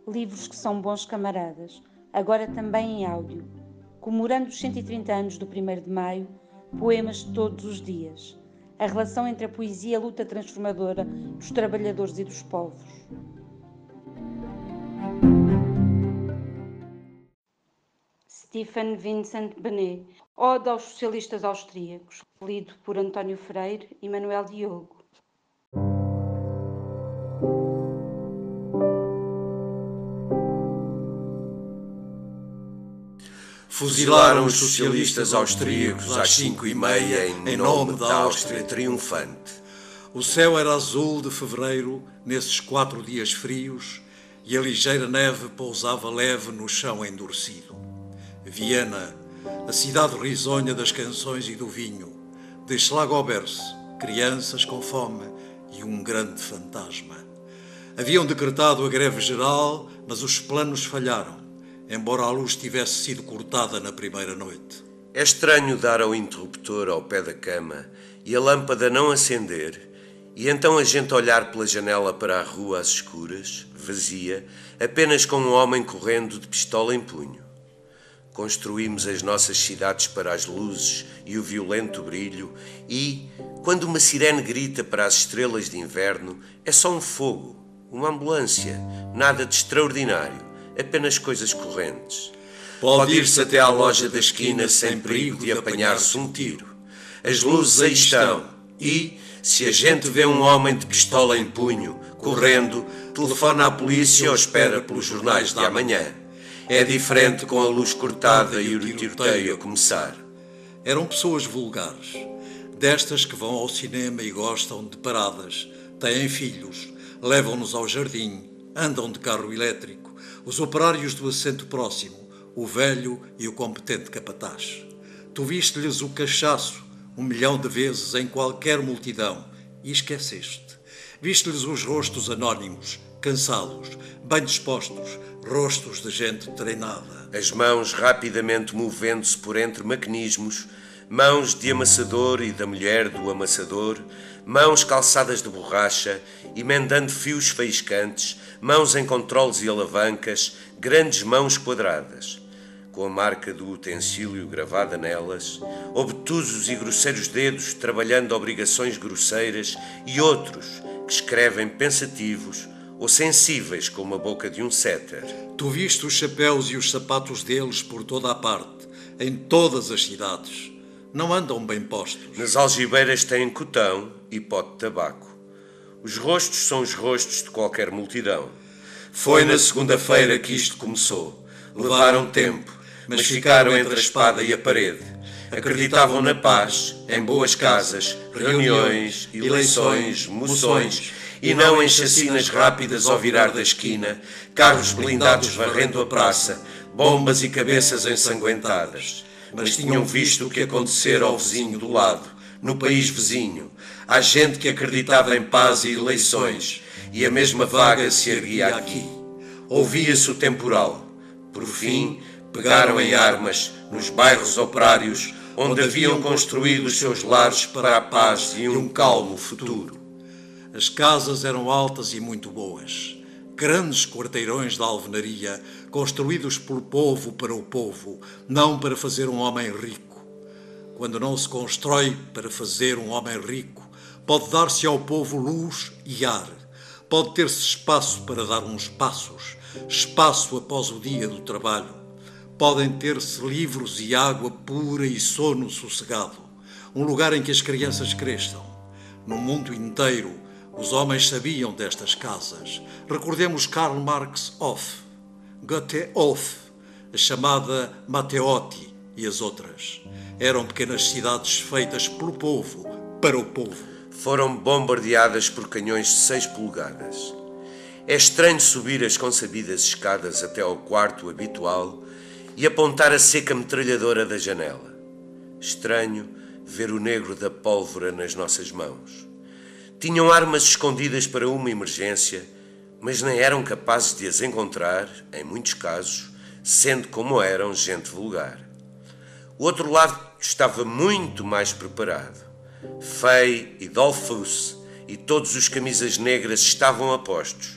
livros que são bons camaradas, agora também em áudio. Comemorando os 130 anos do 1º de Maio, poemas de todos os dias. A relação entre a poesia e a luta transformadora dos trabalhadores e dos povos. Stephen Vincent Benet, Ode aos Socialistas Austríacos, lido por António Freire e Manuel Diogo. Fuzilaram os socialistas austríacos às 5h30 em nome da Áustria triunfante. O céu era azul de fevereiro, nesses 4 dias frios, e a ligeira neve pousava leve no chão endurecido. Viena, a cidade risonha das canções e do vinho, de Schlagobers, crianças com fome e um grande fantasma. Haviam decretado a greve geral, mas os planos falharam, embora a luz tivesse sido cortada na primeira noite. É estranho dar ao interruptor ao pé da cama e a lâmpada não acender, e então a gente olhar pela janela para a rua às escuras, vazia, apenas com um homem correndo de pistola em punho. Construímos as nossas cidades para as luzes e o violento brilho e, quando uma sirene grita para as estrelas de inverno, é só um fogo, uma ambulância, nada de extraordinário, apenas coisas correntes. Pode ir-se até à loja da esquina sem perigo de apanhar-se um tiro. As luzes aí estão e, se a gente vê um homem de pistola em punho, correndo, telefona à polícia ou espera pelos jornais de amanhã. É diferente com a luz cortada e o tiroteio a começar. Eram pessoas vulgares, destas que vão ao cinema e gostam de paradas, têm filhos, levam-nos ao jardim, andam de carro elétrico, os operários do assento próximo, o velho e o competente capataz. Tu viste-lhes o cachaço 1 milhão de vezes em qualquer multidão e esqueceste. Viste-lhes os rostos anónimos, cansados, bem dispostos, rostos de gente treinada. As mãos rapidamente movendo-se por entre mecanismos, mãos de amassador e da mulher do amassador, mãos calçadas de borracha, emendando fios faiscantes, mãos em controles e alavancas, grandes mãos quadradas, com a marca do utensílio gravada nelas, obtusos e grosseiros dedos trabalhando obrigações grosseiras e outros que escrevem pensativos ou sensíveis como a boca de um setter. Tu viste os chapéus e os sapatos deles por toda a parte, em todas as cidades. Não andam bem postos. Nas algibeiras têm cotão e pote de tabaco. Os rostos são os rostos de qualquer multidão. Foi na segunda-feira que isto começou. Levaram tempo, mas ficaram entre a espada e a parede. Acreditavam na paz, em boas casas, reuniões, eleições, moções, e não em chacinas rápidas ao virar da esquina, carros blindados varrendo a praça, bombas e cabeças ensanguentadas. Mas tinham visto o que acontecera ao vizinho do lado, no país vizinho. Há gente que acreditava em paz e eleições, e a mesma vaga se erguia aqui. Ouvia-se o temporal. Por fim, pegaram em armas nos bairros operários, onde haviam construído os seus lares para a paz e um calmo futuro. As casas eram altas e muito boas. Grandes quarteirões de alvenaria, construídos pelo povo para o povo, não para fazer um homem rico. Quando não se constrói para fazer um homem rico, pode dar-se ao povo luz e ar. Pode ter-se espaço para dar uns passos, espaço após o dia do trabalho. Podem ter-se livros e água pura e sono sossegado. Um lugar em que as crianças cresçam. No mundo inteiro, os homens sabiam destas casas. Recordemos Karl Marx Hof, Goethe Hof, a chamada Matteotti e as outras. Eram pequenas cidades feitas pelo povo, para o povo. Foram bombardeadas por canhões de 6 polegadas. É estranho subir as consabidas escadas até ao quarto habitual e apontar a seca metralhadora da janela. Estranho ver o negro da pólvora nas nossas mãos. Tinham armas escondidas para uma emergência, mas nem eram capazes de as encontrar, em muitos casos, sendo como eram gente vulgar. O outro lado estava muito mais preparado. Fay e Dollfuss e todos os camisas negras estavam a postos.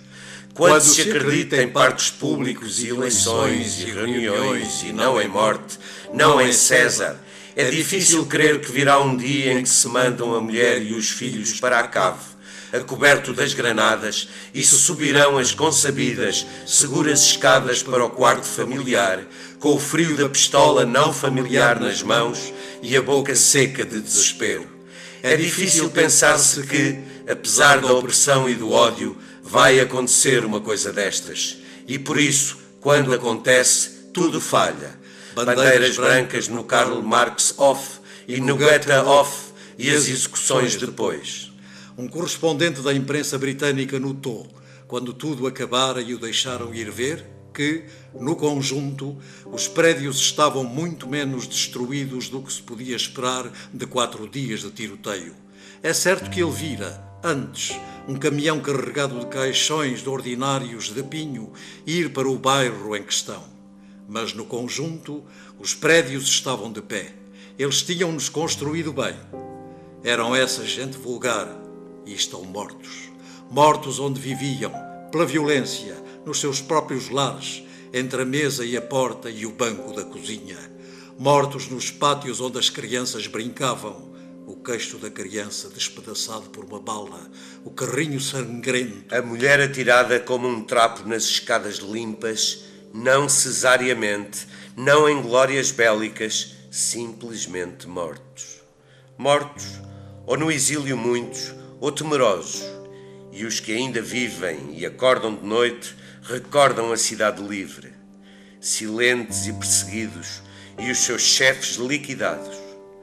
Quando se acredita em partos públicos e eleições e reuniões e não em morte, não em César, é difícil crer que virá um dia em que se mandam a mulher e os filhos para a cave, a coberto das granadas, e se subirão as consabidas, seguras escadas para o quarto familiar, com o frio da pistola não familiar nas mãos e a boca seca de desespero. É difícil pensar-se que, apesar da opressão e do ódio, vai acontecer uma coisa destas. E por isso, quando acontece, tudo falha. Bandeiras brancas no Karl Marx Hof e no Goethe Hof e as execuções depois. Um correspondente da imprensa britânica notou, quando tudo acabara e o deixaram ir ver, que, no conjunto, os prédios estavam muito menos destruídos do que se podia esperar de 4 dias de tiroteio. É certo que ele vira, antes, um caminhão carregado de caixões de ordinários de pinho ir para o bairro em questão. Mas, no conjunto, os prédios estavam de pé. Eles tinham-nos construído bem. Eram essa gente vulgar e estão mortos. Mortos onde viviam, pela violência, nos seus próprios lares, entre a mesa e a porta e o banco da cozinha. Mortos nos pátios onde as crianças brincavam, o queixo da criança despedaçado por uma bala, o carrinho sangrento. A mulher atirada como um trapo nas escadas limpas, não cesariamente, não em glórias bélicas, simplesmente mortos. Mortos, ou no exílio muitos, ou temerosos. E os que ainda vivem e acordam de noite recordam a cidade livre, silentes e perseguidos, e os seus chefes liquidados.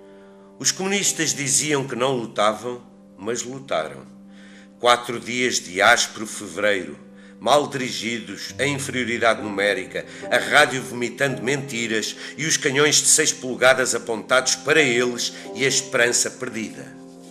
Os comunistas diziam que não lutavam, mas lutaram. 4 dias de áspero fevereiro, mal dirigidos, a inferioridade numérica, a rádio vomitando mentiras e os canhões de 6 polegadas apontados para eles e a esperança perdida.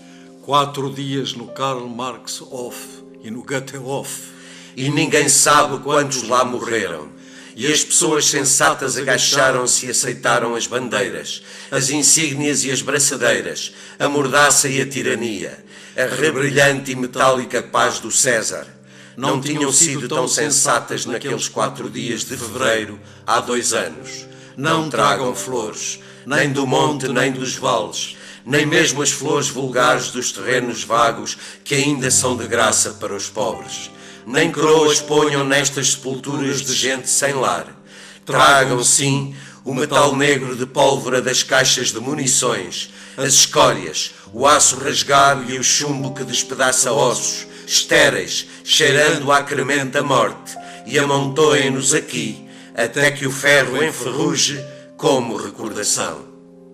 4 dias no Karl Marx Hof e no Goethe Hof. E ninguém sabe quantos lá morreram. E as pessoas sensatas agacharam-se e aceitaram as bandeiras, as insígnias e as braçadeiras, a mordaça e a tirania, a rebrilhante e metálica paz do César. Não tinham sido tão sensatas naqueles 4 dias de fevereiro há 2 anos. Não tragam flores, nem do monte nem dos vales, nem mesmo as flores vulgares dos terrenos vagos que ainda são de graça para os pobres. Nem coroas ponham nestas sepulturas de gente sem lar. Tragam, sim, o metal negro de pólvora das caixas de munições, as escórias, o aço rasgado e o chumbo que despedaça ossos, estéreis, cheirando acremente a morte, e amontoem-nos aqui, até que o ferro enferruje como recordação.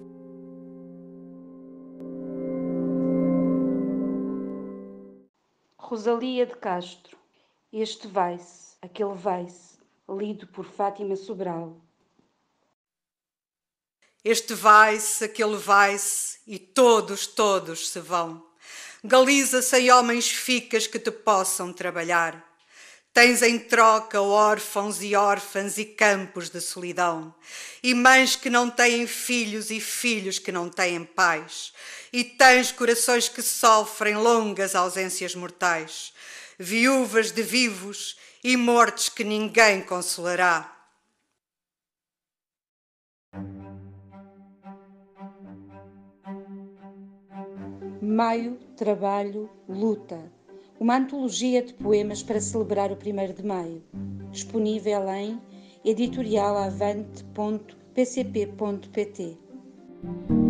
Rosalia de Castro. Este vai-se, aquele vai-se, lido por Fátima Sobral. Este vai-se, aquele vai-se, e todos se vão. Galiza sem homens ficas que te possam trabalhar. Tens em troca órfãos e órfãs e campos de solidão, e mães que não têm filhos e filhos que não têm pais, e tens corações que sofrem longas ausências mortais, viúvas de vivos e mortes que ninguém consolará. Maio, Trabalho, Luta. Uma antologia de poemas para celebrar o 1º de Maio. Disponível em editorialavante.pcp.pt.